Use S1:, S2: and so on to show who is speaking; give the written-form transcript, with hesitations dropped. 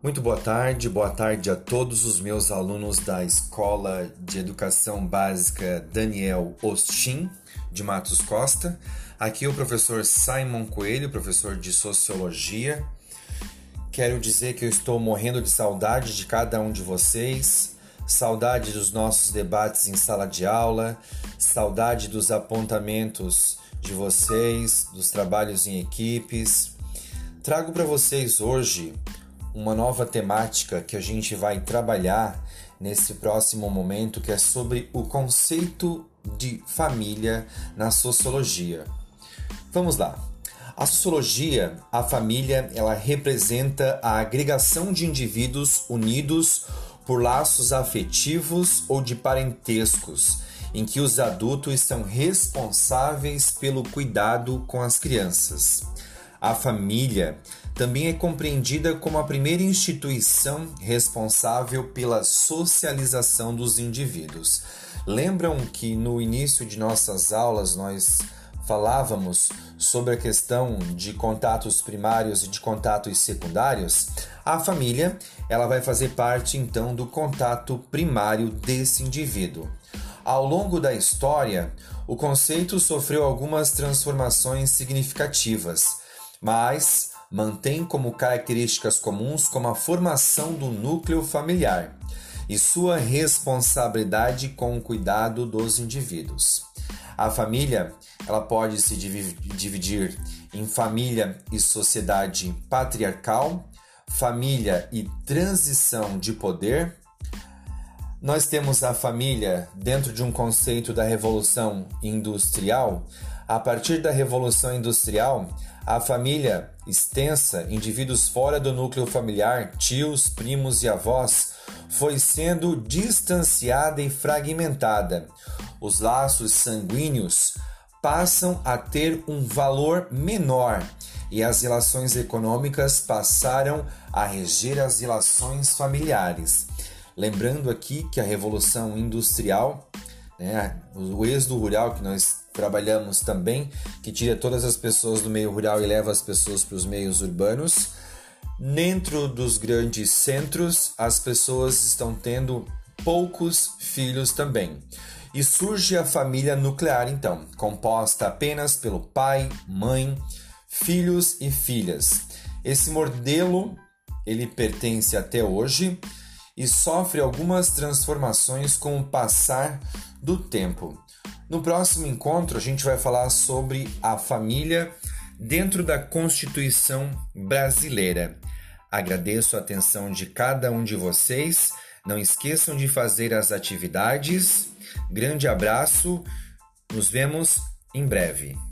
S1: Muito boa tarde a todos os meus alunos da Escola de Educação Básica Daniel Ostin, de Matos Costa. Aqui é o professor Simon Coelho, professor de Sociologia. Quero dizer que eu estou morrendo de saudade de cada um de vocês, saudade dos nossos debates em sala de aula, saudade dos apontamentos de vocês, dos trabalhos em equipes. Trago para vocês hoje uma nova temática que a gente vai trabalhar nesse próximo momento, que é sobre o conceito de família na sociologia. Vamos lá. A sociologia, a família, ela representa a agregação de indivíduos unidos por laços afetivos ou de parentescos, em que os adultos são responsáveis pelo cuidado com as crianças. A família também é compreendida como a primeira instituição responsável pela socialização dos indivíduos. Lembram que no início de nossas aulas nós falávamos sobre a questão de contatos primários e de contatos secundários? A família, ela vai fazer parte então do contato primário desse indivíduo. Ao longo da história, o conceito sofreu algumas transformações significativas, mas mantém como características comuns como a formação do núcleo familiar e sua responsabilidade com o cuidado dos indivíduos. A família, ela pode se dividir em família e sociedade patriarcal, família e transição de poder. Nós temos a família dentro de um conceito da Revolução Industrial. A partir da Revolução Industrial, a família extensa, indivíduos fora do núcleo familiar, tios, primos e avós, foi sendo distanciada e fragmentada. Os laços sanguíneos passam a ter um valor menor e as relações econômicas passaram a reger as relações familiares. Lembrando aqui que a Revolução Industrial, o êxodo rural que nós trabalhamos também, que tira todas as pessoas do meio rural e leva as pessoas para os meios urbanos. Dentro dos grandes centros, as pessoas estão tendo poucos filhos também. E surge a família nuclear, então, composta apenas pelo pai, mãe, filhos e filhas. Esse modelo, ele pertence até hoje e sofre algumas transformações com o passar do tempo. No próximo encontro, a gente vai falar sobre a família dentro da Constituição brasileira. Agradeço a atenção de cada um de vocês. Não esqueçam de fazer as atividades. Grande abraço. Nos vemos em breve.